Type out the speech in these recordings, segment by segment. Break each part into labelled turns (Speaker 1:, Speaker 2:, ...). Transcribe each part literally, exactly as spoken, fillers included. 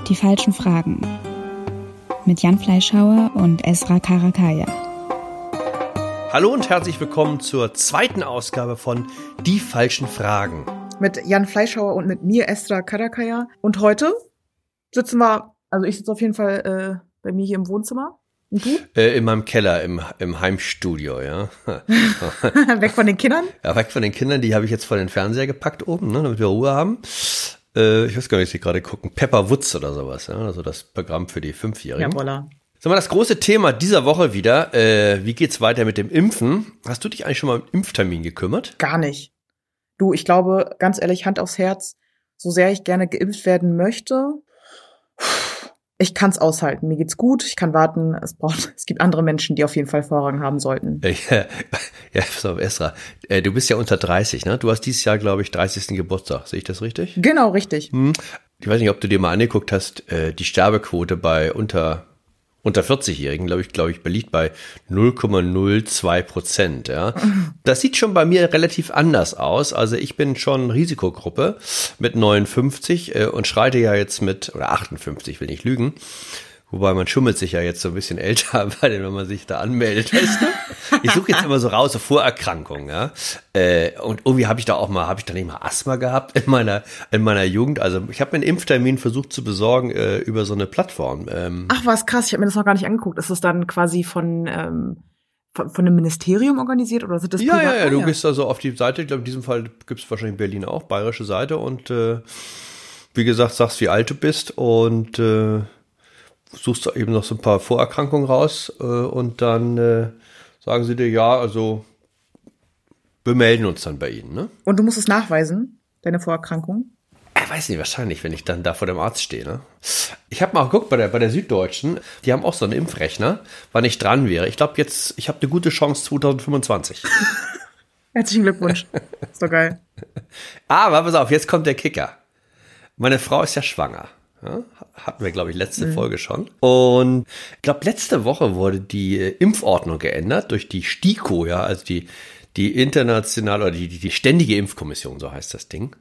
Speaker 1: Die falschen Fragen mit Jan Fleischhauer und Esra Karakaya.
Speaker 2: Hallo und herzlich willkommen zur zweiten Ausgabe von Die falschen Fragen.
Speaker 3: Mit Jan Fleischhauer und mit mir, Esra Karakaya. Und heute sitzen wir, also ich sitze auf jeden Fall äh, bei mir hier im Wohnzimmer. Und du?
Speaker 2: Äh, in meinem Keller, im, im Heimstudio, ja.
Speaker 3: Weg von den Kindern?
Speaker 2: Ja, weg von den Kindern, die habe ich jetzt vor den Fernseher gepackt oben, ne, damit wir Ruhe haben. Äh, ich weiß gar nicht, was sie gerade gucken. Pepper Woods oder sowas, ja, also das Programm für die Fünfjährigen.
Speaker 3: Ja, voilà.
Speaker 2: Sag mal, das große Thema dieser Woche wieder, äh, wie geht's weiter mit dem Impfen? Hast du dich eigentlich schon mal um Impftermin gekümmert?
Speaker 3: Gar nicht. Du, ich glaube, ganz ehrlich, Hand aufs Herz, so sehr ich gerne geimpft werden möchte, ich kann's aushalten. Mir geht's gut, ich kann warten. Es braucht, es gibt andere Menschen, die auf jeden Fall Vorrang haben sollten.
Speaker 2: Ja, ja, pass auf, Esra. Du bist ja unter dreißig, ne? Du hast dieses Jahr, glaube ich, dreißigsten Geburtstag. Sehe ich das richtig?
Speaker 3: Genau, richtig.
Speaker 2: Hm. Ich weiß nicht, ob du dir mal angeguckt hast, die Sterbequote bei unter Unter vierzig-Jährigen, glaube ich, glaube ich, liegt bei null Komma null zwei Prozent, ja. Das sieht schon bei mir relativ anders aus. Also ich bin schon Risikogruppe mit neunundfünfzig äh, und schreite ja jetzt mit, oder achtundfünfzig, will nicht lügen. Wobei man schummelt sich ja jetzt so ein bisschen älter, weil wenn man sich da anmeldet, weißt du? Ich suche jetzt immer so raus, so Vorerkrankungen, ja. Äh, und irgendwie habe ich da auch mal, habe ich da nicht mal Asthma gehabt in meiner in meiner Jugend. Also ich habe mir einen Impftermin versucht zu besorgen äh, über so eine Plattform. Ähm,
Speaker 3: Ach, was krass, ich habe mir das noch gar nicht angeguckt. Ist das dann quasi von ähm, von, von einem Ministerium organisiert oder sind das
Speaker 2: ja,
Speaker 3: privat?
Speaker 2: ja, ja, du gehst da so auf die Seite, ich glaube in diesem Fall gibt es wahrscheinlich in Berlin auch, bayerische Seite und äh, wie gesagt, sagst, wie alt du bist und äh, suchst du eben noch so ein paar Vorerkrankungen raus äh, und dann äh, sagen sie dir, ja, also wir melden uns dann bei Ihnen, ne?
Speaker 3: Und du musst es nachweisen, deine Vorerkrankung?
Speaker 2: Ich weiß nicht, wahrscheinlich, wenn ich dann da vor dem Arzt stehe, ne? Ich habe mal geguckt bei der, bei der Süddeutschen, die haben auch so einen Impfrechner, wann ich dran wäre. Ich glaube jetzt, ich habe eine gute Chance zwanzig fünfundzwanzig.
Speaker 3: Herzlichen Glückwunsch. Ist doch geil.
Speaker 2: Aber pass auf, jetzt kommt der Kicker. Meine Frau ist ja schwanger. Ja, hatten wir, glaube ich, letzte mhm. Folge schon. Und ich glaube, letzte Woche wurde die äh, Impfordnung geändert durch die STIKO, ja, also die, die internationale oder die, die, die ständige Impfkommission, so heißt das Ding.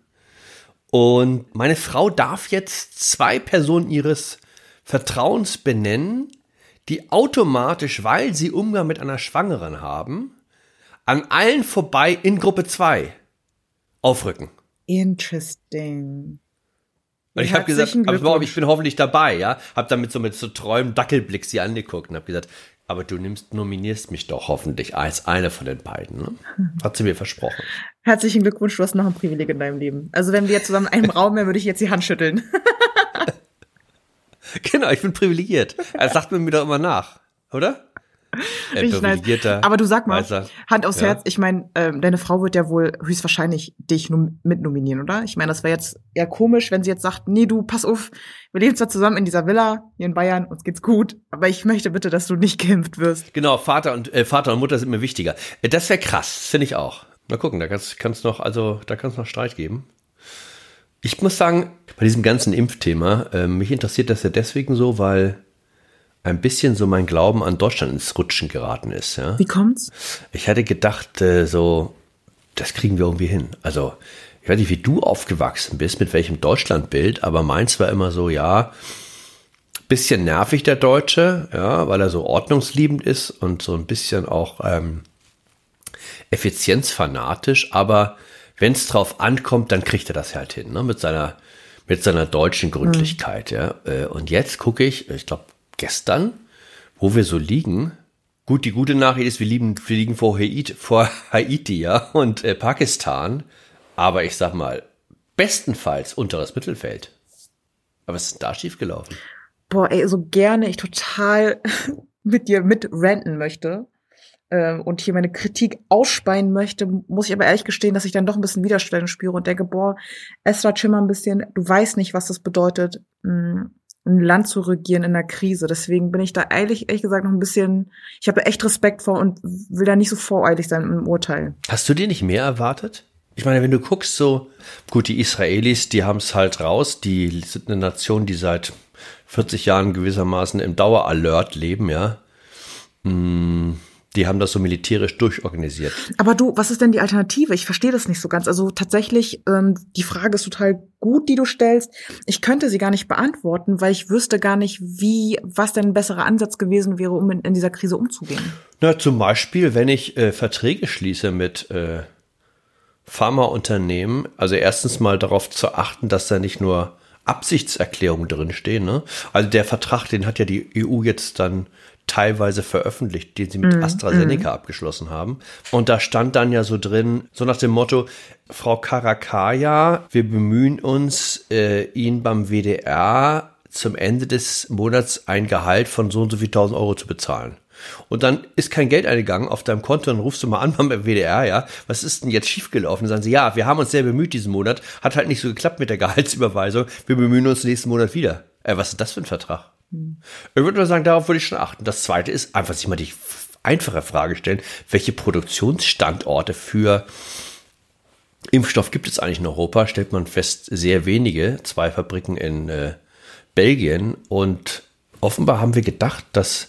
Speaker 2: Und meine Frau darf jetzt zwei Personen ihres Vertrauens benennen, die automatisch, weil sie Umgang mit einer Schwangeren haben, an allen vorbei in Gruppe zwei aufrücken.
Speaker 3: Interesting.
Speaker 2: Und ich habe gesagt, aber ich bin hoffentlich dabei, ja. Hab damit so mit so treuem Dackelblick sie angeguckt und habe gesagt, aber du nimmst, nominierst mich doch hoffentlich als eine von den beiden, ne? Hat sie mir versprochen.
Speaker 3: Herzlichen Glückwunsch, du hast noch ein Privileg in deinem Leben. Also wenn wir jetzt zusammen in einem Raum wären, würde ich jetzt die Hand schütteln.
Speaker 2: Genau, ich bin privilegiert. Das sagt man mir doch immer nach, oder? Äh,
Speaker 3: nice. Aber du sag mal, weißer. Hand aufs ja. Herz, ich meine, ähm, deine Frau wird ja wohl höchstwahrscheinlich dich num- mitnominieren, oder? Ich meine, das wäre jetzt eher komisch, wenn sie jetzt sagt, nee, du, pass auf, wir leben zwar zusammen in dieser Villa hier in Bayern, uns geht's gut, aber ich möchte bitte, dass du nicht geimpft wirst.
Speaker 2: Genau, Vater und äh, Vater und Mutter sind mir wichtiger. Äh, das wäre krass, finde ich auch. Mal gucken, da kann's, kann's noch, also da kann es noch Streit geben. Ich muss sagen, bei diesem ganzen Impfthema, äh, mich interessiert das ja deswegen so, weil ein bisschen so mein Glauben an Deutschland ins Rutschen geraten ist. Ja?
Speaker 3: Wie kommt's?
Speaker 2: Ich hatte gedacht, äh, so, das kriegen wir irgendwie hin. Also, ich weiß nicht, wie du aufgewachsen bist, mit welchem Deutschlandbild, aber meins war immer so, ja, bisschen nervig der Deutsche, ja, weil er so ordnungsliebend ist und so ein bisschen auch ähm, effizienzfanatisch, aber wenn es drauf ankommt, dann kriegt er das halt hin, ne? mit seiner, mit seiner deutschen Gründlichkeit. Mhm. Ja? Und jetzt gucke ich, ich glaube, gestern, wo wir so liegen, gut, die gute Nachricht ist, wir liegen, wir liegen vor Haiti, vor Haiti, ja, und äh, Pakistan, aber ich sag mal, bestenfalls unteres Mittelfeld. Aber was ist denn da schiefgelaufen?
Speaker 3: Boah, ey, so gerne ich total mit dir mit ranten möchte äh, und hier meine Kritik ausspeien möchte, muss ich aber ehrlich gestehen, dass ich dann doch ein bisschen Widerstand spüre und denke, boah, Esra, chill mal ein bisschen, du weißt nicht, was das bedeutet, mh, ein Land zu regieren in einer Krise. Deswegen bin ich da ehrlich, ehrlich gesagt noch ein bisschen, ich habe echt Respekt vor und will da nicht so voreilig sein im Urteil.
Speaker 2: Hast du dir nicht mehr erwartet? Ich meine, wenn du guckst, so, gut, die Israelis, die haben es halt raus, die sind eine Nation, die seit vierzig Jahren gewissermaßen im Daueralert leben, ja. Die haben das so militärisch durchorganisiert.
Speaker 3: Aber du, was ist denn die Alternative? Ich verstehe das nicht so ganz. Also tatsächlich, ähm, die Frage ist total gut, die du stellst. Ich könnte sie gar nicht beantworten, weil ich wüsste gar nicht, wie, was denn ein besserer Ansatz gewesen wäre, um in, in dieser Krise umzugehen.
Speaker 2: Na, zum Beispiel, wenn ich äh, Verträge schließe mit äh, Pharmaunternehmen, also erstens mal darauf zu achten, dass da nicht nur Absichtserklärungen drinstehen, ne? Also der Vertrag, den hat ja die E U jetzt dann teilweise veröffentlicht, den sie mit mm, AstraZeneca mm. abgeschlossen haben. Und da stand dann ja so drin, so nach dem Motto, Frau Karakaya, wir bemühen uns, äh, Ihnen beim W D R zum Ende des Monats ein Gehalt von so und so viel tausend Euro zu bezahlen. Und dann ist kein Geld eingegangen auf deinem Konto, dann rufst du mal an beim W D R, ja, was ist denn jetzt schiefgelaufen? Dann sagen sie, ja, wir haben uns sehr bemüht diesen Monat, hat halt nicht so geklappt mit der Gehaltsüberweisung, wir bemühen uns nächsten Monat wieder. Äh, was ist das für ein Vertrag? Hm. Ich würde mal sagen, darauf würde ich schon achten. Das Zweite ist, einfach sich mal die einfache Frage stellen, welche Produktionsstandorte für Impfstoff gibt es eigentlich in Europa? Stellt man fest, sehr wenige, zwei Fabriken in äh, Belgien, und offenbar haben wir gedacht, dass,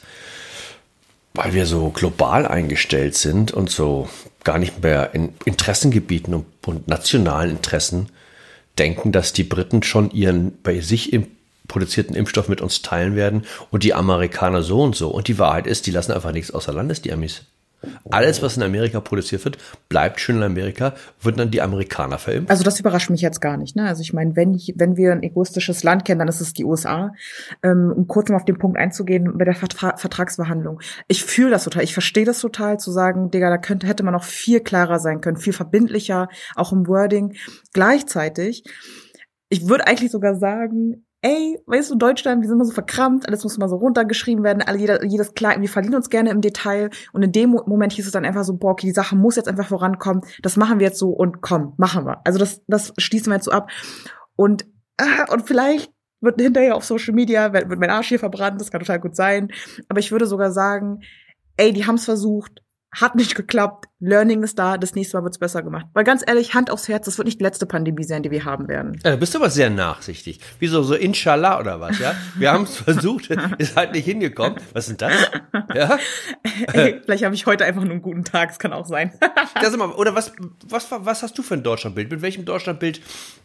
Speaker 2: weil wir so global eingestellt sind und so gar nicht mehr in Interessengebieten und, und nationalen Interessen denken, dass die Briten schon ihren bei sich im produzierten Impfstoff mit uns teilen werden und die Amerikaner so und so. Und die Wahrheit ist, die lassen einfach nichts außer Landes, die Amis. Alles, was in Amerika produziert wird, bleibt schön in Amerika, wird dann die Amerikaner verimpft.
Speaker 3: Also das überrascht mich jetzt gar nicht, ne? Also ich meine, wenn ich, wenn wir ein egoistisches Land kennen, dann ist es die U S A. Ähm, um kurz mal auf den Punkt einzugehen bei der Vertra- Vertragsverhandlung. Ich fühle das total, ich verstehe das total, zu sagen, Digga, da könnte, hätte man noch viel klarer sein können, viel verbindlicher, auch im Wording. Gleichzeitig, ich würde eigentlich sogar sagen, ey, weißt du, Deutschland, wir sind immer so verkrampft, alles muss mal so runtergeschrieben werden, alle, jeder, jedes klar, wir verlieren uns gerne im Detail, und in dem Moment hieß es dann einfach so, boah, okay, die Sache muss jetzt einfach vorankommen, das machen wir jetzt so und komm, machen wir. Also das, das schließen wir jetzt so ab. Und, äh, und vielleicht wird hinterher auf Social Media, wird mein Arsch hier verbrannt, das kann total gut sein, aber ich würde sogar sagen, ey, die haben's versucht, hat nicht geklappt, Learning ist da, das nächste Mal wird's besser gemacht. Weil ganz ehrlich, Hand aufs Herz, das wird nicht die letzte Pandemie sein, die wir haben werden.
Speaker 2: Ja, du bist aber sehr nachsichtig. Wieso, so Inshallah oder was, ja? Wir haben es versucht, ist halt nicht hingekommen. Was ist denn das? Ja?
Speaker 3: Ey, vielleicht habe ich heute einfach nur einen guten Tag, das kann auch sein.
Speaker 2: Das immer, oder was, was, was hast du für ein Deutschlandbild? Mit welchem Deutschlandbild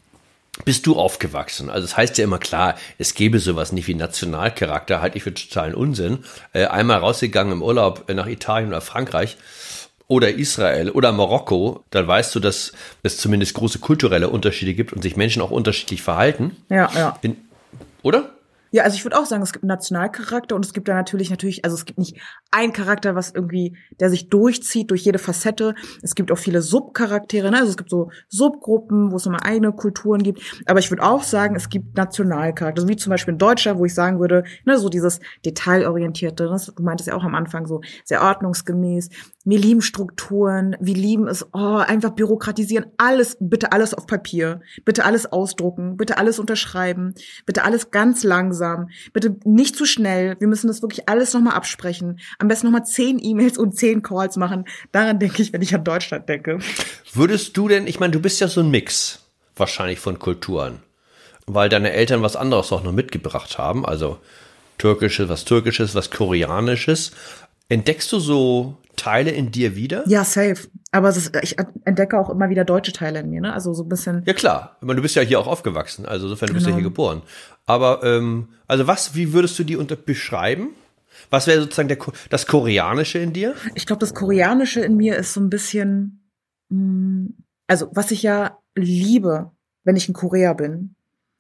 Speaker 2: bist du aufgewachsen? Also es heißt ja immer, klar, es gäbe sowas nicht wie Nationalcharakter, halte ich für totalen Unsinn. Äh, einmal rausgegangen im Urlaub nach Italien oder Frankreich oder Israel oder Marokko, dann weißt du, dass es zumindest große kulturelle Unterschiede gibt und sich Menschen auch unterschiedlich verhalten.
Speaker 3: Ja, ja.
Speaker 2: In, oder?
Speaker 3: Ja, also ich würde auch sagen, es gibt einen Nationalcharakter, und es gibt da natürlich, natürlich, also es gibt nicht einen Charakter, was irgendwie, der sich durchzieht durch jede Facette. Es gibt auch viele Subcharaktere, ne? Also es gibt so Subgruppen, wo es nochmal eigene Kulturen gibt. Aber ich würde auch sagen, es gibt Nationalcharakter, also wie zum Beispiel in Deutschland, wo ich sagen würde, ne, so dieses Detailorientierte, ne? Du meintest ja auch am Anfang so sehr ordnungsgemäß. Wir lieben Strukturen, wir lieben es, oh, einfach bürokratisieren, alles, bitte alles auf Papier, bitte alles ausdrucken, bitte alles unterschreiben, bitte alles ganz langsam, bitte nicht zu schnell, wir müssen das wirklich alles nochmal absprechen, am besten nochmal zehn E-Mails und zehn Calls machen, daran denke ich, wenn ich an Deutschland denke.
Speaker 2: Würdest du denn, ich meine, du bist ja so ein Mix wahrscheinlich von Kulturen, weil deine Eltern was anderes auch noch mitgebracht haben, also Türkisches, was Türkisches, was Koreanisches. Entdeckst du so Teile in dir wieder?
Speaker 3: Ja, safe. Aber es ist, ich entdecke auch immer wieder deutsche Teile in mir, ne? Also so ein bisschen.
Speaker 2: Ja, klar. Ich meine, du bist ja hier auch aufgewachsen. Also insofern, du bist
Speaker 3: Genau.
Speaker 2: ja hier geboren. Aber, ähm, also was, wie würdest du die unter beschreiben? Was wäre sozusagen der, das Koreanische in dir?
Speaker 3: Ich glaube, das Koreanische in mir ist so ein bisschen, mh, also was ich ja liebe, wenn ich in Korea bin,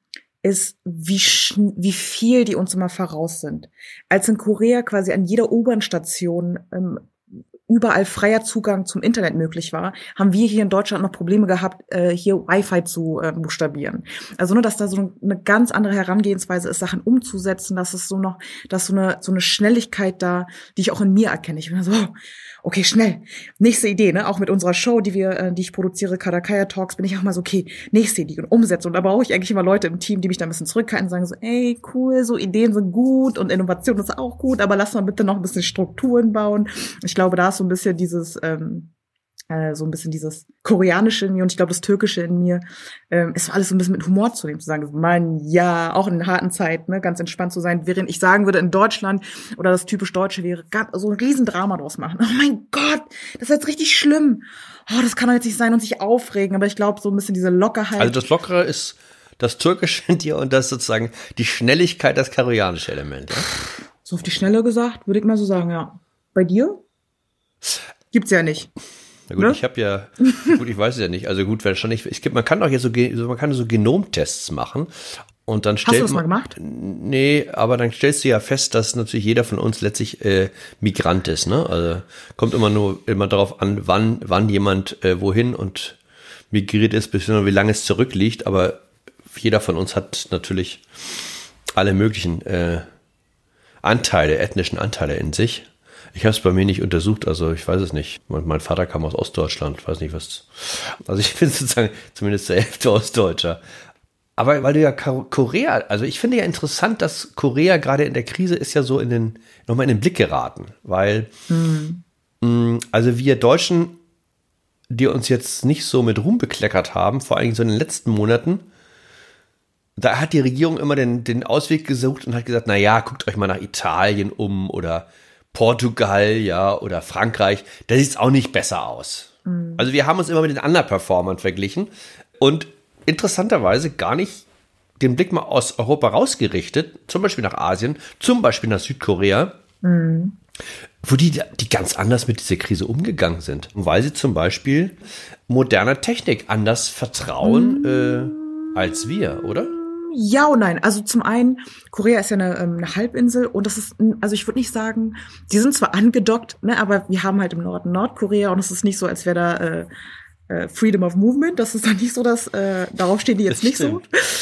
Speaker 3: ist, wie schn- wie viel die uns immer voraus sind. Als in Korea quasi an jeder U-Bahn-Station ähm, überall freier Zugang zum Internet möglich war, haben wir hier in Deutschland noch Probleme gehabt, äh, hier Wi-Fi zu äh, buchstabieren. Also nur, dass da so eine ganz andere Herangehensweise ist, Sachen umzusetzen, dass es so noch, dass so eine so eine Schnelligkeit da, die ich auch in mir erkenne. Ich bin so, okay, schnell, nächste Idee, ne? Auch mit unserer Show, die wir, äh, die ich produziere, Karakaya Talks, bin ich auch mal so, okay, nächste Idee und Umsetzung. Und da brauche ich eigentlich immer Leute im Team, die mich da ein bisschen zurückhalten und sagen so, ey, cool, so Ideen sind gut und Innovation ist auch gut, aber lass mal bitte noch ein bisschen Strukturen bauen. Ich glaube, da ist so ein bisschen dieses, ähm, äh, so ein bisschen dieses Koreanische in mir und ich glaube das Türkische in mir. Ähm, es war alles so ein bisschen mit Humor zu nehmen, zu sagen, man, ja, auch in harten Zeiten, ne, ganz entspannt zu sein, während ich sagen würde, in Deutschland oder das typisch Deutsche wäre, gab so ein Riesendrama draus machen. Oh mein Gott, das ist jetzt richtig schlimm. Oh, das kann doch jetzt nicht sein und sich aufregen, aber ich glaube, so ein bisschen diese Lockerheit.
Speaker 2: Also das Lockere ist das Türkische in dir und das sozusagen die Schnelligkeit, das koreanische Element. Ja?
Speaker 3: So auf die Schnelle gesagt, würde ich mal so sagen, ja. Bei dir? Gibt's ja nicht.
Speaker 2: Na gut,
Speaker 3: ne?
Speaker 2: ich habe ja, gut, ich weiß es ja nicht. Also gut, wahrscheinlich, es gibt, man kann doch jetzt so, man kann so Genomtests machen und dann stellt
Speaker 3: Hast du das
Speaker 2: man,
Speaker 3: mal gemacht?
Speaker 2: Nee, aber dann stellst du ja fest, dass natürlich jeder von uns letztlich äh, Migrant ist, ne? Also kommt immer nur immer darauf an, wann wann jemand äh, wohin und migriert ist, beziehungsweise wie lange es zurückliegt. Aber jeder von uns hat natürlich alle möglichen äh, Anteile, ethnischen Anteile in sich. Ich habe es bei mir nicht untersucht, also ich weiß es nicht. Mein, mein Vater kam aus Ostdeutschland, weiß nicht was. Also ich bin sozusagen zumindest zur Hälfte Ostdeutscher. Aber weil du ja Korea, also ich finde ja interessant, dass Korea gerade in der Krise ist ja so in den, nochmal in den Blick geraten. Weil, mhm. mh, also wir Deutschen, die uns jetzt nicht so mit Ruhm bekleckert haben, vor allem so in den letzten Monaten, da hat die Regierung immer den, den Ausweg gesucht und hat gesagt, na ja, guckt euch mal nach Italien um oder Portugal, ja, oder Frankreich, da sieht es auch nicht besser aus. Mhm. Also wir haben uns immer mit den Underperformern verglichen und interessanterweise gar nicht den Blick mal aus Europa rausgerichtet, zum Beispiel nach Asien, zum Beispiel nach Südkorea, mhm. wo die, die ganz anders mit dieser Krise umgegangen sind. Weil sie zum Beispiel moderner Technik anders vertrauen mhm. äh, als wir, oder?
Speaker 3: Ja und nein. Also zum einen, Korea ist ja eine, eine Halbinsel und das ist, also ich würde nicht sagen, die sind zwar angedockt, ne, aber wir haben halt im Norden Nordkorea und es ist nicht so, als wäre da äh, äh, Freedom of Movement. Das ist dann nicht so, dass äh, darauf stehen die jetzt nicht so.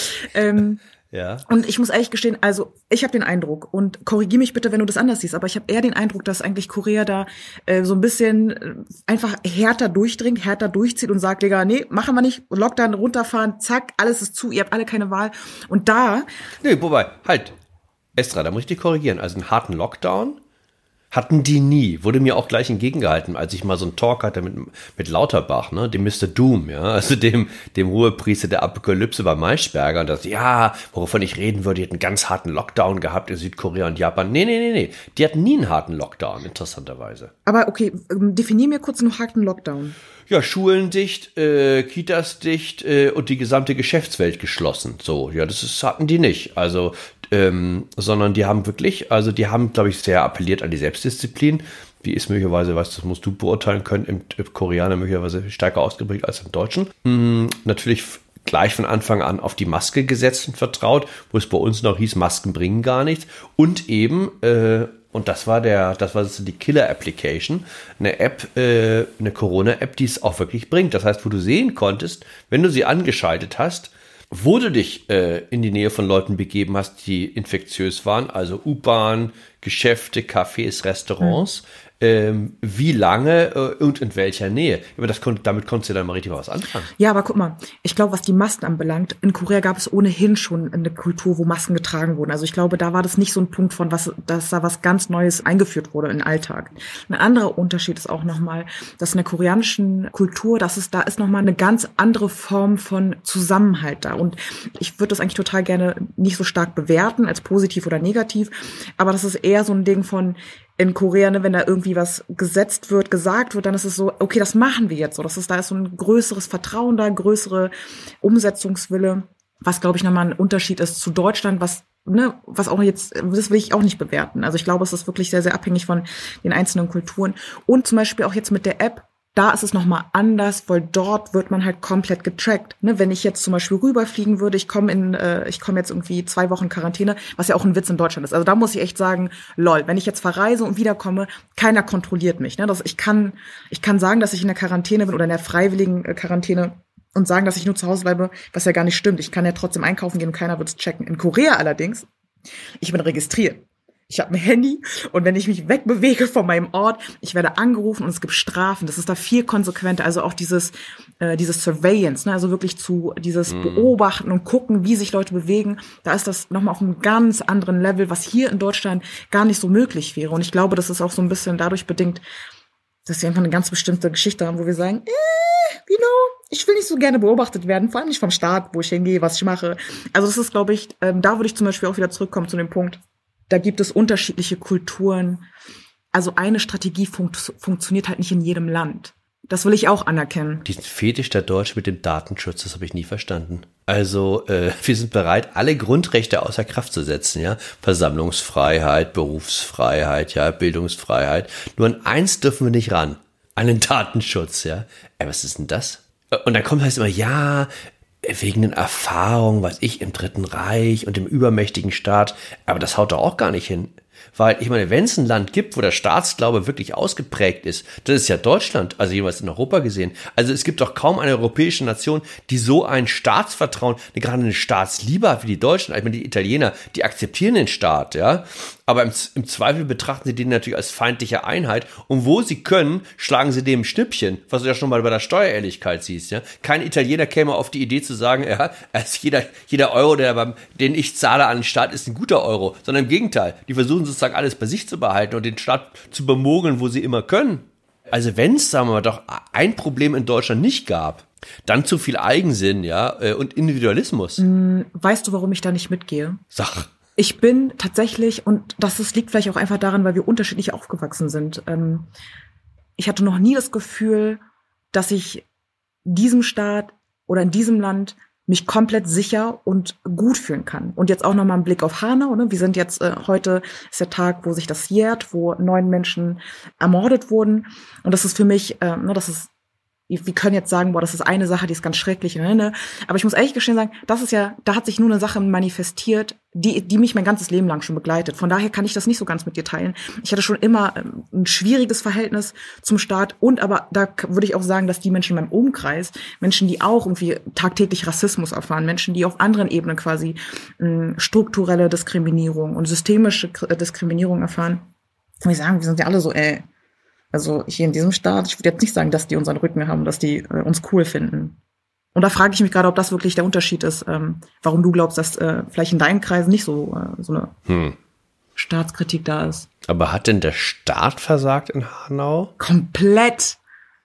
Speaker 3: ähm,
Speaker 2: ja.
Speaker 3: Und ich muss ehrlich gestehen, also ich habe den Eindruck und korrigier mich bitte, wenn du das anders siehst, aber ich habe eher den Eindruck, dass eigentlich Korea da äh, so ein bisschen äh, einfach härter durchdringt, härter durchzieht und sagt, Digga, nee, machen wir nicht, Lockdown runterfahren, zack, alles ist zu, ihr habt alle keine Wahl. Und da...
Speaker 2: Nee, wobei, halt, Estra, da muss ich dich korrigieren, also einen harten Lockdown hatten die nie, wurde mir auch gleich entgegengehalten, als ich mal so einen Talk hatte mit, mit Lauterbach, ne, dem Mister Doom, ja, also dem, dem Hohepriester der Apokalypse bei Maischberger und das, ja, wovon ich reden würde, die hätten einen ganz harten Lockdown gehabt in Südkorea und Japan. Nee, nee, nee, nee, die hatten nie einen harten Lockdown, interessanterweise.
Speaker 3: Aber okay, definier mir kurz einen harten Lockdown.
Speaker 2: Ja, Schulen dicht, äh, Kitas dicht äh, und die gesamte Geschäftswelt geschlossen. So, ja, das ist, hatten die nicht. Also, ähm, sondern die haben wirklich, also die haben, glaube ich, sehr appelliert an die Selbstdisziplin. Die ist möglicherweise, weißt du, das musst du beurteilen können, im, im Koreaner möglicherweise stärker ausgeprägt als im Deutschen. Hm, natürlich gleich von Anfang an auf die Maske gesetzt und vertraut, wo es bei uns noch hieß, Masken bringen gar nichts. Und eben, äh, und das war der, das war die Killer-Application, eine App, äh, eine Corona-App, die es auch wirklich bringt. Das heißt, wo du sehen konntest, wenn du sie angeschaltet hast, wo du dich äh, in die Nähe von Leuten begeben hast, die infektiös waren, also U-Bahn, Geschäfte, Cafés, Restaurants, mhm. ähm, wie lange äh, und in welcher Nähe. Aber das kon- damit konntest du dann mal richtig was anfangen.
Speaker 3: Ja, aber guck mal, ich glaube, was die Masken anbelangt, in Korea gab es ohnehin schon eine Kultur, wo Masken getragen wurden. Also ich glaube, da war das nicht so ein Punkt von, was, dass da was ganz Neues eingeführt wurde in den Alltag. Ein anderer Unterschied ist auch nochmal, dass in der koreanischen Kultur, dass es da ist nochmal eine ganz andere Form von Zusammenhalt da. Und ich würde das eigentlich total gerne nicht so stark bewerten als positiv oder negativ, aber das ist eher so ein Ding von, in Korea, ne, wenn da irgendwie was gesetzt wird, gesagt wird, dann ist es so, okay, das machen wir jetzt so. Das ist, da ist so ein größeres Vertrauen da, größere Umsetzungswille, was, glaube ich, nochmal ein Unterschied ist zu Deutschland, was, ne, was auch jetzt, das will ich auch nicht bewerten. Also ich glaube, es ist wirklich sehr, sehr abhängig von den einzelnen Kulturen. Und zum Beispiel auch jetzt mit der App, da ist es nochmal anders, weil dort wird man halt komplett getrackt. Ne, wenn ich jetzt zum Beispiel rüberfliegen würde, ich komme in, äh, ich komme jetzt irgendwie zwei Wochen Quarantäne, was ja auch ein Witz in Deutschland ist. Also da muss ich echt sagen, lol, wenn ich jetzt verreise und wiederkomme, keiner kontrolliert mich. Ne, das, ich kann, ich kann sagen, dass ich in der Quarantäne bin oder in der freiwilligen Quarantäne und sagen, dass ich nur zu Hause bleibe, was ja gar nicht stimmt. Ich kann ja trotzdem einkaufen gehen und keiner wird's checken. In Korea allerdings, ich bin registriert. Ich habe ein Handy und wenn ich mich wegbewege von meinem Ort, ich werde angerufen und es gibt Strafen. Das ist da viel konsequenter. Also auch dieses äh, dieses Surveillance, ne? Also wirklich zu dieses mm. Beobachten und gucken, wie sich Leute bewegen. Da ist das nochmal auf einem ganz anderen Level, was hier in Deutschland gar nicht so möglich wäre. Und ich glaube, das ist auch so ein bisschen dadurch bedingt, dass wir einfach eine ganz bestimmte Geschichte haben, wo wir sagen, äh, you know, ich will nicht so gerne beobachtet werden, vor allem nicht vom Staat, wo ich hingehe, was ich mache. Also das ist, glaube ich, ähm, da würde ich zum Beispiel auch wieder zurückkommen zu dem Punkt, da gibt es unterschiedliche Kulturen. Also eine Strategie funkt, funktioniert halt nicht in jedem Land. Das will ich auch anerkennen.
Speaker 2: Diesen Fetisch der Deutschen mit dem Datenschutz, das habe ich nie verstanden. Also äh, wir sind bereit, alle Grundrechte außer Kraft zu setzen, ja. Versammlungsfreiheit, Berufsfreiheit, ja, Bildungsfreiheit. Nur an eins dürfen wir nicht ran. An den Datenschutz, ja. Ey, was ist denn das? Und dann kommt heißt immer, ja, wegen den Erfahrungen, was ich im Dritten Reich und dem übermächtigen Staat. Aber das haut doch auch gar nicht hin. Weil, ich meine, wenn es ein Land gibt, wo der Staatsglaube wirklich ausgeprägt ist, das ist ja Deutschland, also jeweils in Europa gesehen. Also es gibt doch kaum eine europäische Nation, die so ein Staatsvertrauen, gerade eine Staatsliebe hat wie die Deutschen. Ich meine, die Italiener, die akzeptieren den Staat, ja. Aber im, im Zweifel betrachten sie den natürlich als feindliche Einheit. Und wo sie können, schlagen sie dem Schnippchen, was du ja schon mal bei der Steuerehrlichkeit siehst, ja. Kein Italiener käme auf die Idee zu sagen, ja, also jeder, jeder Euro, der beim, den ich zahle an den Staat, ist ein guter Euro. Sondern im Gegenteil. Die versuchen sozusagen alles bei sich zu behalten und den Staat zu bemogeln, wo sie immer können. Also wenn es, sagen wir mal, doch ein Problem in Deutschland nicht gab, dann zu viel Eigensinn, ja, und Individualismus.
Speaker 3: Weißt du, warum ich da nicht mitgehe?
Speaker 2: Sag.
Speaker 3: Ich bin tatsächlich, und das ist, liegt vielleicht auch einfach daran, weil wir unterschiedlich aufgewachsen sind. Ähm, ich hatte noch nie das Gefühl, dass ich diesem Staat oder in diesem Land mich komplett sicher und gut fühlen kann. Und jetzt auch nochmal ein Blick auf Hanau. Ne? Wir sind jetzt, äh, heute ist der Tag, wo sich das jährt, wo neun Menschen ermordet wurden. Und das ist für mich, äh, ne, das ist, wir können jetzt sagen, boah, das ist eine Sache, die ist ganz schrecklich. Ne? Aber ich muss ehrlich gestehen sagen, das ist ja, da hat sich nur eine Sache manifestiert, die, die mich mein ganzes Leben lang schon begleitet. Von daher kann ich das nicht so ganz mit dir teilen. Ich hatte schon immer ähm, ein schwieriges Verhältnis zum Staat und aber da würde ich auch sagen, dass die Menschen in meinem Umkreis, Menschen, die auch irgendwie tagtäglich Rassismus erfahren, Menschen, die auf anderen Ebenen quasi äh, strukturelle Diskriminierung und systemische Diskriminierung erfahren, kann ich sagen, wir sind ja alle so, ey, also hier in diesem Staat, ich würde jetzt nicht sagen, dass die unseren Rücken haben, dass die äh, uns cool finden. Und da frage ich mich gerade, ob das wirklich der Unterschied ist, ähm, warum du glaubst, dass äh, vielleicht in deinen Kreisen nicht so, äh, so eine hm. Staatskritik da ist.
Speaker 2: Aber hat denn der Staat versagt in Hanau?
Speaker 3: Komplett.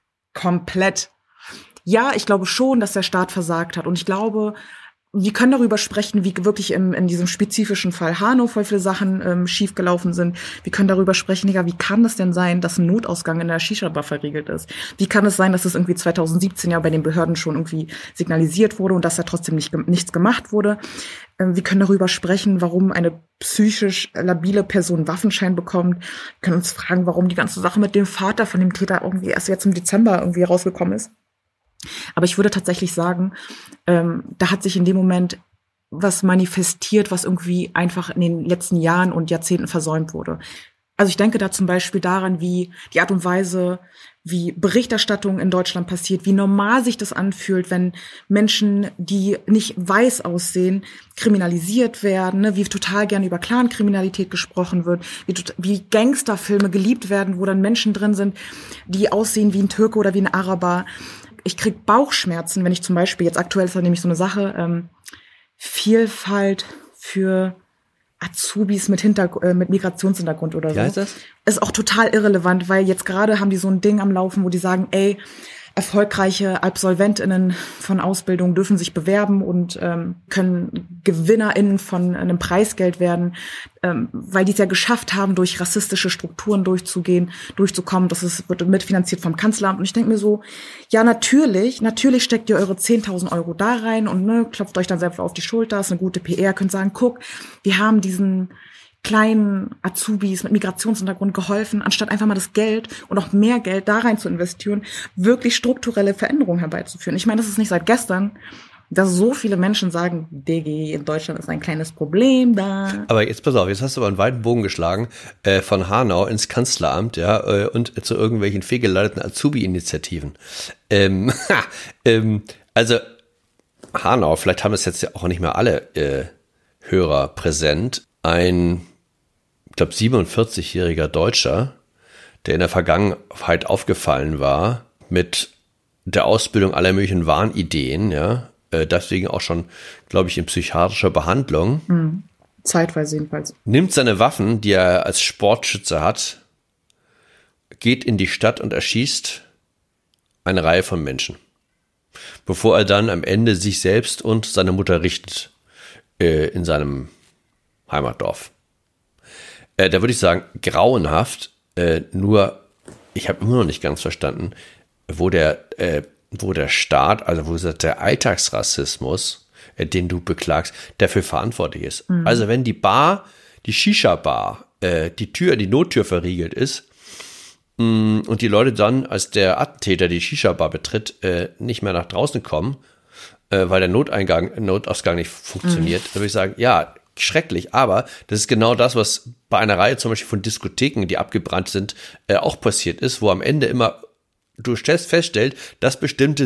Speaker 3: Komplett. Ja, ich glaube schon, dass der Staat versagt hat. Und ich glaube, wir können darüber sprechen, wie wirklich im, in diesem spezifischen Fall Hanau voll viele Sachen ähm, schiefgelaufen sind. Wir können darüber sprechen, Digga, wie kann es denn sein, dass ein Notausgang in der Shisha-Bar verriegelt ist? Wie kann es sein, dass es irgendwie zwanzig siebzehn ja bei den Behörden schon irgendwie signalisiert wurde und dass da trotzdem nicht, nichts gemacht wurde? Ähm, wir können darüber sprechen, warum eine psychisch labile Person einen Waffenschein bekommt. Wir können uns fragen, warum die ganze Sache mit dem Vater von dem Täter irgendwie erst jetzt im Dezember irgendwie rausgekommen ist. Aber ich würde tatsächlich sagen, ähm, da hat sich in dem Moment was manifestiert, was irgendwie einfach in den letzten Jahren und Jahrzehnten versäumt wurde. Also ich denke da zum Beispiel daran, wie die Art und Weise, wie Berichterstattung in Deutschland passiert, wie normal sich das anfühlt, wenn Menschen, die nicht weiß aussehen, kriminalisiert werden, ne? Wie total gerne über Clankriminalität gesprochen wird, wie, wie Gangsterfilme geliebt werden, wo dann Menschen drin sind, die aussehen wie ein Türke oder wie ein Araber. Ich krieg Bauchschmerzen, wenn ich zum Beispiel, jetzt aktuell ist da nämlich so eine Sache, ähm, Vielfalt für Azubis mit Hinterg- äh, mit Migrationshintergrund oder so.
Speaker 2: Ja, ist das?
Speaker 3: Ist auch total irrelevant, weil jetzt gerade haben die so ein Ding am Laufen, wo die sagen, ey, erfolgreiche AbsolventInnen von Ausbildung dürfen sich bewerben und ähm, können GewinnerInnen von einem Preisgeld werden, ähm, weil die es ja geschafft haben, durch rassistische Strukturen durchzugehen, durchzukommen. Das ist, wird mitfinanziert vom Kanzleramt. Und ich denke mir so, ja, natürlich, natürlich steckt ihr eure zehntausend Euro da rein und ne, klopft euch dann selbst auf die Schulter, ist eine gute P R, könnt sagen, guck, wir haben diesen kleinen Azubis mit Migrationshintergrund geholfen, anstatt einfach mal das Geld und auch mehr Geld da rein zu investieren, wirklich strukturelle Veränderungen herbeizuführen. Ich meine, das ist nicht seit gestern, dass so viele Menschen sagen, D G, in Deutschland ist ein kleines Problem da.
Speaker 2: Aber jetzt pass auf, jetzt hast du aber einen weiten Bogen geschlagen, äh, von Hanau ins Kanzleramt, ja, äh, und zu irgendwelchen fehlgeleiteten Azubi-Initiativen. Ähm, ähm, also Hanau, vielleicht haben es jetzt ja auch nicht mehr alle äh, Hörer präsent, ein ich glaube, siebenundvierzigjähriger Deutscher, der in der Vergangenheit aufgefallen war mit der Ausbildung aller möglichen Wahnideen, ja, deswegen auch schon, glaube ich, in psychiatrischer Behandlung.
Speaker 3: Mhm. Zeitweise jedenfalls.
Speaker 2: Nimmt seine Waffen, die er als Sportschütze hat, geht in die Stadt und erschießt eine Reihe von Menschen, bevor er dann am Ende sich selbst und seine Mutter richtet äh, in seinem Heimatdorf. Äh, da würde ich sagen, grauenhaft, äh, nur ich habe immer noch nicht ganz verstanden, wo der, äh, wo der Staat, also wo der Alltagsrassismus, äh, den du beklagst, dafür verantwortlich ist. Mhm. Also wenn die Bar, die Shisha-Bar, äh, die Tür, die Nottür verriegelt ist mh, und die Leute dann, als der Attentäter die Shisha-Bar betritt, äh, nicht mehr nach draußen kommen, äh, weil der Noteingang, Notausgang nicht funktioniert, mhm. dann würde ich sagen, ja, schrecklich, aber das ist genau das, was bei einer Reihe zum Beispiel von Diskotheken, die abgebrannt sind, äh, auch passiert ist, wo am Ende immer du stellst feststellst, dass bestimmte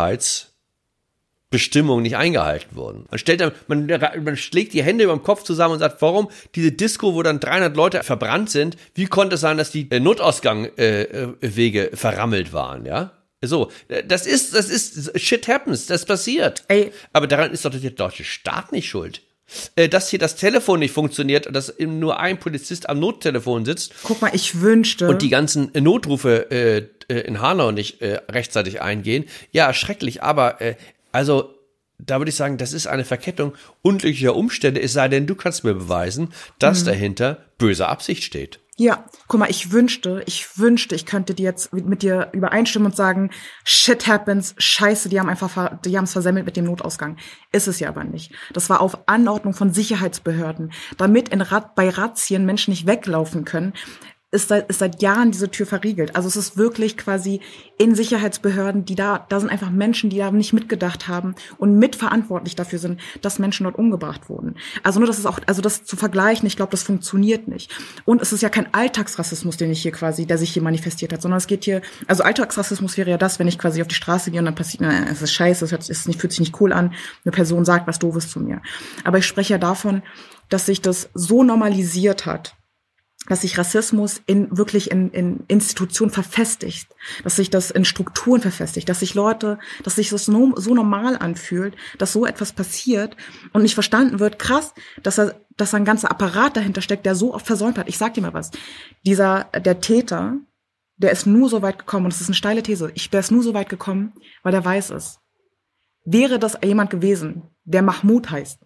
Speaker 2: Sicherheitsbestimmungen nicht eingehalten wurden. Man stellt dann, man, man schlägt die Hände über dem Kopf zusammen und sagt, warum diese Disco, wo dann dreihundert Leute verbrannt sind, wie konnte es sein, dass die äh, Notausgangwege äh, verrammelt waren, ja? So, das ist, das ist, shit happens, das passiert. Ey. Aber daran ist doch der deutsche Staat nicht schuld. Dass hier das Telefon nicht funktioniert und dass nur ein Polizist am Nottelefon sitzt.
Speaker 3: Guck mal, ich wünschte.
Speaker 2: Und die ganzen Notrufe äh, in Hanau nicht äh, rechtzeitig eingehen. Ja, schrecklich, aber äh, also da würde ich sagen, das ist eine Verkettung unglücklicher Umstände, es sei denn, du kannst mir beweisen, dass mhm. dahinter böse Absicht steht.
Speaker 3: Ja, guck mal, ich wünschte, ich wünschte, ich könnte dir jetzt mit dir übereinstimmen und sagen, shit happens, scheiße, die haben einfach, die haben es versemmelt mit dem Notausgang. Ist es ja aber nicht. Das war auf Anordnung von Sicherheitsbehörden, damit in Rat, bei Razzien Menschen nicht weglaufen können. Ist seit, ist seit Jahren diese Tür verriegelt. Also es ist wirklich quasi in Sicherheitsbehörden, die da, da sind einfach Menschen, die da nicht mitgedacht haben und mitverantwortlich dafür sind, dass Menschen dort umgebracht wurden. Also nur, das ist auch, also das zu vergleichen, ich glaube, das funktioniert nicht. Und es ist ja kein Alltagsrassismus, den ich hier quasi, der sich hier manifestiert hat, sondern es geht hier, also Alltagsrassismus wäre ja das, wenn ich quasi auf die Straße gehe und dann passiert, na, es ist scheiße, es hört, es nicht, fühlt sich nicht cool an, eine Person sagt was Doofes zu mir. Aber ich spreche ja davon, dass sich das so normalisiert hat, dass sich Rassismus in wirklich in, in Institutionen verfestigt, dass sich das in Strukturen verfestigt, dass sich Leute, dass sich das so, so normal anfühlt, dass so etwas passiert und nicht verstanden wird, krass, dass er, dass ein ganzer Apparat dahinter steckt, der so oft versäumt hat. Ich sag dir mal was, dieser, der Täter, der ist nur so weit gekommen, und das ist eine steile These, ich, der ist nur so weit gekommen, weil der weiß es. Wäre das jemand gewesen, der Mahmoud heißt,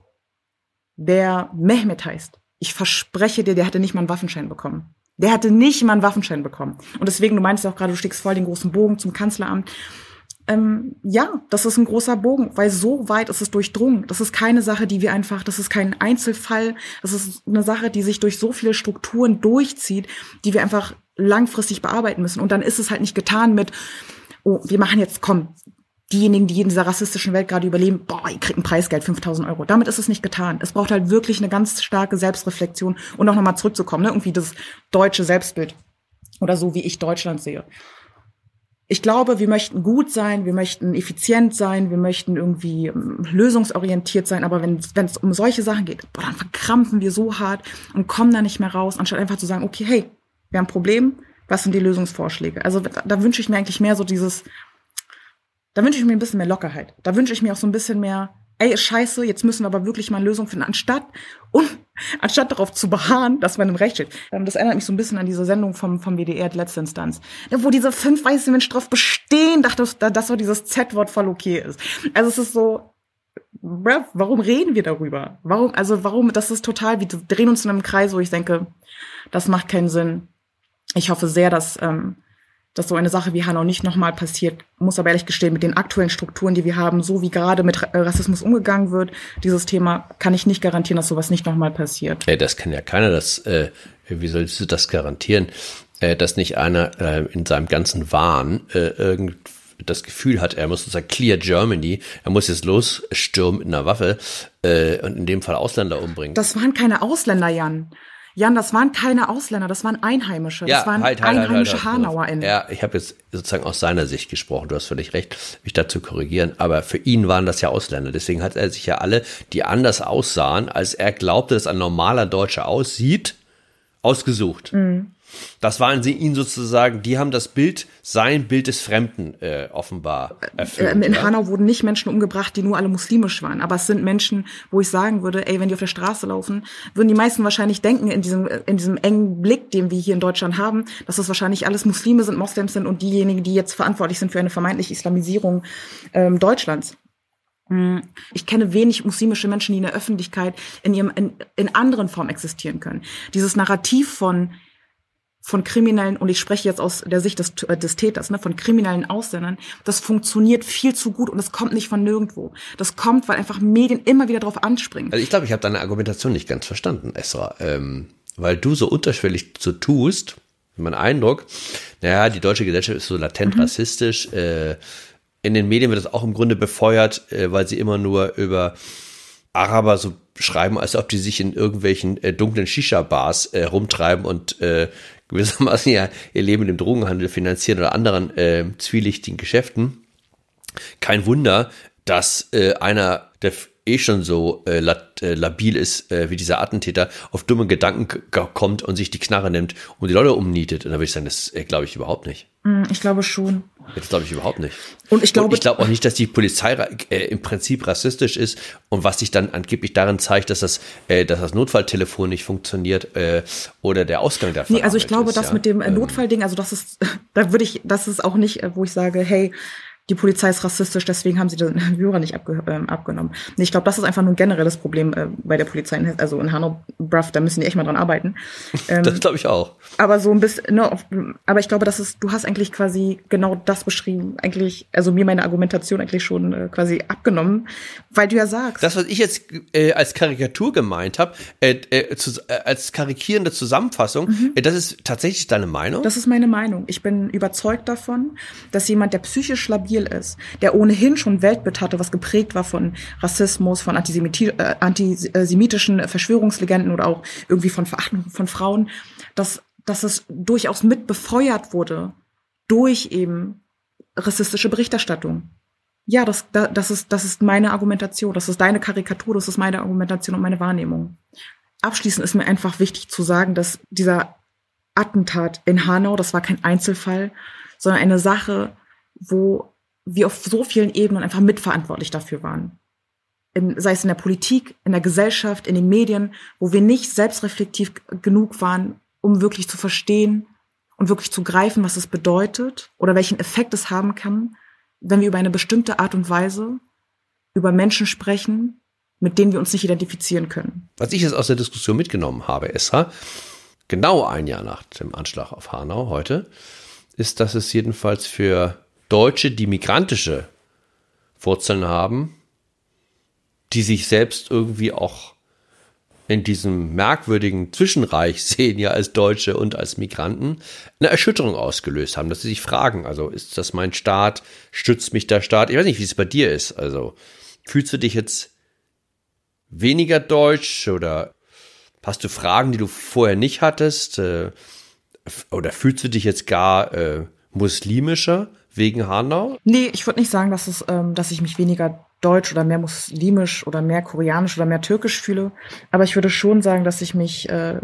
Speaker 3: der Mehmet heißt, ich verspreche dir, der hätte nicht mal einen Waffenschein bekommen. Der hätte nicht mal einen Waffenschein bekommen. Und deswegen, du meinst ja auch gerade, du schlägst voll den großen Bogen zum Kanzleramt. Ähm, ja, das ist ein großer Bogen, weil so weit ist es durchdrungen. Das ist keine Sache, die wir einfach, das ist kein Einzelfall. Das ist eine Sache, die sich durch so viele Strukturen durchzieht, die wir einfach langfristig bearbeiten müssen. Und dann ist es halt nicht getan mit, oh, wir machen jetzt, komm, diejenigen, die in dieser rassistischen Welt gerade überleben, boah, ihr kriegt ein Preisgeld, fünftausend Euro. Damit ist es nicht getan. Es braucht halt wirklich eine ganz starke Selbstreflexion und auch nochmal zurückzukommen, ne? Irgendwie das deutsche Selbstbild oder so, wie ich Deutschland sehe. Ich glaube, wir möchten gut sein, wir möchten effizient sein, wir möchten irgendwie ähm, lösungsorientiert sein, aber wenn es um solche Sachen geht, boah, dann verkrampfen wir so hart und kommen da nicht mehr raus, anstatt einfach zu sagen, okay, hey, wir haben ein Problem, was sind die Lösungsvorschläge? Also da, da wünsche ich mir eigentlich mehr so dieses, da wünsche ich mir ein bisschen mehr Lockerheit. Da wünsche ich mir auch so ein bisschen mehr, ey, ist scheiße, jetzt müssen wir aber wirklich mal eine Lösung finden, anstatt und anstatt darauf zu beharren, dass man im Recht steht. Das erinnert mich so ein bisschen an diese Sendung vom vom W D R, die letzte Instanz, wo diese fünf weiße Menschen drauf bestehen, dachte, dass so dieses Z-Wort voll okay ist. Also es ist so, bruh, warum reden wir darüber? Warum, also warum, das ist total, wir drehen uns in einem Kreis, wo ich denke, das macht keinen Sinn. Ich hoffe sehr, dass ähm, dass so eine Sache wie Hanau nicht nochmal passiert. Muss aber ehrlich gestehen, mit den aktuellen Strukturen, die wir haben, so wie gerade mit Rassismus umgegangen wird, dieses Thema, kann ich nicht garantieren, dass sowas nicht nochmal passiert.
Speaker 2: Ja, das kann ja keiner, das, äh, wie sollst du das garantieren, äh, dass nicht einer äh, in seinem ganzen Wahn äh, irgend das Gefühl hat, er muss sozusagen clear Germany, er muss jetzt losstürmen mit einer Waffe äh, und in dem Fall Ausländer umbringen.
Speaker 3: Das waren keine Ausländer, Jan. Jan, das waren keine Ausländer, das waren Einheimische.
Speaker 2: Ja,
Speaker 3: das waren
Speaker 2: halt, halt,
Speaker 3: einheimische
Speaker 2: halt, halt,
Speaker 3: HanauerInnen.
Speaker 2: Ja, ich habe jetzt sozusagen aus seiner Sicht gesprochen, du hast völlig recht, mich dazu korrigieren, aber für ihn waren das ja Ausländer, deswegen hat er sich ja alle, die anders aussahen, als er glaubte, dass ein normaler Deutscher aussieht, ausgesucht. Mhm. Das waren sie ihnen sozusagen, die haben das Bild, sein Bild des Fremden äh, offenbar erfüllt.
Speaker 3: In
Speaker 2: ja?
Speaker 3: Hanau wurden nicht Menschen umgebracht, die nur alle muslimisch waren. Aber es sind Menschen, wo ich sagen würde, ey, wenn die auf der Straße laufen, würden die meisten wahrscheinlich denken, in diesem, in diesem engen Blick, den wir hier in Deutschland haben, dass das wahrscheinlich alles Muslime sind, Moslems sind und diejenigen, die jetzt verantwortlich sind für eine vermeintliche Islamisierung ähm, Deutschlands. Ich kenne wenig muslimische Menschen, die in der Öffentlichkeit in ihrem in, in anderen Formen existieren können. Dieses Narrativ von von Kriminellen, und ich spreche jetzt aus der Sicht des, des Täters, ne, von kriminellen Ausländern, das funktioniert viel zu gut und es kommt nicht von nirgendwo. Das kommt, weil einfach Medien immer wieder drauf anspringen.
Speaker 2: Also ich glaube, ich habe deine Argumentation nicht ganz verstanden, Esra, ähm, weil du so unterschwellig so tust, mein Eindruck, naja, die deutsche Gesellschaft ist so latent mhm. rassistisch, äh, in den Medien wird das auch im Grunde befeuert, äh, weil sie immer nur über Araber so schreiben, als ob die sich in irgendwelchen äh, dunklen Shisha-Bars äh, rumtreiben und äh, gewissermaßen ja ihr Leben im Drogenhandel finanzieren oder anderen äh, zwielichtigen Geschäften. Kein Wunder, dass äh, einer, der eh schon so äh, lat, äh, labil ist äh, wie dieser Attentäter, auf dumme Gedanken k- kommt und sich die Knarre nimmt und die Leute umnietet. Und da würde ich sagen, das äh, glaube ich überhaupt nicht.
Speaker 3: Ich glaube schon.
Speaker 2: Das glaube ich überhaupt nicht.
Speaker 3: Und ich glaube,
Speaker 2: und ich glaube auch nicht, dass die Polizei äh, im Prinzip rassistisch ist und was sich dann angeblich darin zeigt, dass das, äh, dass das Notfalltelefon nicht funktioniert äh, oder der Ausgang der
Speaker 3: Nee, also ich glaube,
Speaker 2: ist,
Speaker 3: das
Speaker 2: ja?
Speaker 3: mit dem äh, Notfallding, also das ist, da würde ich, das ist auch nicht, wo ich sage, hey, die Polizei ist rassistisch, deswegen haben sie den Hörer nicht abge, äh, abgenommen. Nee, ich glaube, das ist einfach nur ein generelles Problem äh, bei der Polizei, in, also in Hanau, Bruff, da müssen die echt mal dran arbeiten. Ähm,
Speaker 2: das glaube ich auch.
Speaker 3: Aber so ein bisschen, ne, aber ich glaube, das ist, du hast eigentlich quasi genau das beschrieben, eigentlich, also mir meine Argumentation eigentlich schon äh, quasi abgenommen, weil du ja sagst.
Speaker 2: Das, was ich jetzt äh, als Karikatur gemeint habe, äh, äh, zu, äh, als karikierende Zusammenfassung, mhm. äh, das ist tatsächlich deine Meinung?
Speaker 3: Das ist meine Meinung. Ich bin überzeugt davon, dass jemand, der psychisch labil ist, der ohnehin schon Weltbild hatte, was geprägt war von Rassismus, von Antisemiti- äh, antisemitischen Verschwörungslegenden oder auch irgendwie von Verachtung von Frauen, dass, dass es durchaus mit befeuert wurde durch eben rassistische Berichterstattung. Ja, das, das ist, das ist meine Argumentation, das ist deine Karikatur, das ist meine Argumentation und meine Wahrnehmung. Abschließend ist mir einfach wichtig zu sagen, dass dieser Attentat in Hanau, das war kein Einzelfall, sondern eine Sache, wo wir auf so vielen Ebenen einfach mitverantwortlich dafür waren. In, sei es in der Politik, in der Gesellschaft, in den Medien, wo wir nicht selbstreflektiv genug waren, um wirklich zu verstehen und wirklich zu greifen, was es bedeutet oder welchen Effekt es haben kann, wenn wir über eine bestimmte Art und Weise über Menschen sprechen, mit denen wir uns nicht identifizieren können.
Speaker 2: Was ich jetzt aus der Diskussion mitgenommen habe, Esra, genau ein Jahr nach dem Anschlag auf Hanau heute, ist, dass es jedenfalls für Deutsche, die migrantische Wurzeln haben, die sich selbst irgendwie auch in diesem merkwürdigen Zwischenreich sehen, ja als Deutsche und als Migranten, eine Erschütterung ausgelöst haben, dass sie sich fragen, also ist das mein Staat, stützt mich der Staat? Ich weiß nicht, wie es bei dir ist, also fühlst du dich jetzt weniger deutsch oder hast du Fragen, die du vorher nicht hattest, äh, oder fühlst du dich jetzt gar äh, muslimischer wegen Hanau?
Speaker 3: Nee, ich würde nicht sagen, dass es, ähm, dass ich mich weniger deutsch oder mehr muslimisch oder mehr koreanisch oder mehr türkisch fühle. Aber ich würde schon sagen, dass ich mich äh,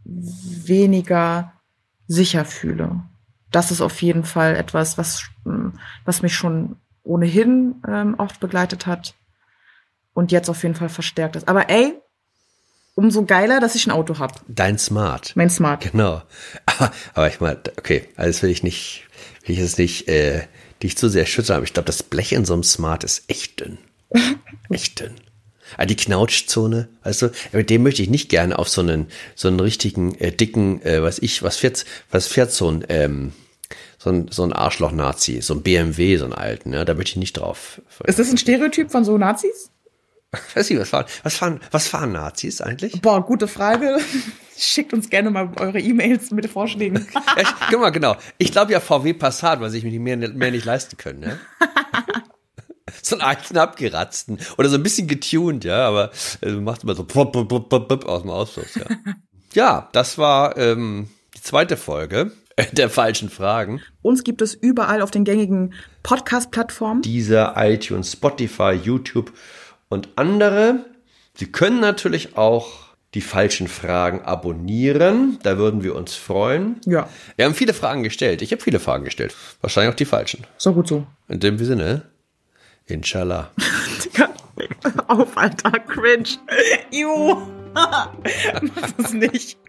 Speaker 3: weniger sicher fühle. Das ist auf jeden Fall etwas, was, was mich schon ohnehin ähm, oft begleitet hat und jetzt auf jeden Fall verstärkt ist. Aber ey, umso geiler, dass ich ein Auto habe.
Speaker 2: Dein Smart.
Speaker 3: Mein Smart.
Speaker 2: Genau. Aber, aber ich meine, okay, also will ich nicht, will ich jetzt nicht äh, dich zu sehr schützen, aber ich glaube, das Blech in so einem Smart ist echt dünn. Echt dünn. Also die Knautschzone, weißt du, mit dem möchte ich nicht gerne auf so einen, so einen richtigen, äh, dicken, äh, was ich, was fährt, was fährt so ein, ähm, so ein, so ein Arschloch-Nazi, so ein B M W, so einen alten, ja, da möchte ich nicht drauf.
Speaker 3: Ist das ein Stereotyp von so Nazis?
Speaker 2: Weiß nicht, was fahren, was fahren, was fahren Nazis eigentlich?
Speaker 3: Boah, gute Frage. Schickt uns gerne mal eure E-Mails mit Vorschlägen.
Speaker 2: Ja, ich, guck mal, genau. Ich glaube ja V W Passat, weil sich mir die mehr, mehr nicht leisten können, ne? So einen alten abgeratzten oder so ein bisschen getuned, ja, aber äh, macht immer so pop, pop, pop, pop, pop aus dem Ausfluss, ja. Ja, das war ähm, die zweite Folge der falschen Fragen.
Speaker 3: Uns gibt es überall auf den gängigen Podcast-Plattformen.
Speaker 2: Dieser iTunes, Spotify, YouTube und andere. Sie können natürlich auch die falschen Fragen abonnieren. Da würden wir uns freuen.
Speaker 3: Ja.
Speaker 2: Wir haben viele Fragen gestellt. Ich habe viele Fragen gestellt. Wahrscheinlich auch die falschen.
Speaker 3: So gut so.
Speaker 2: In dem Sinne, Inshallah.
Speaker 3: Auf, Alter, cringe. Juhu. Mach das nicht.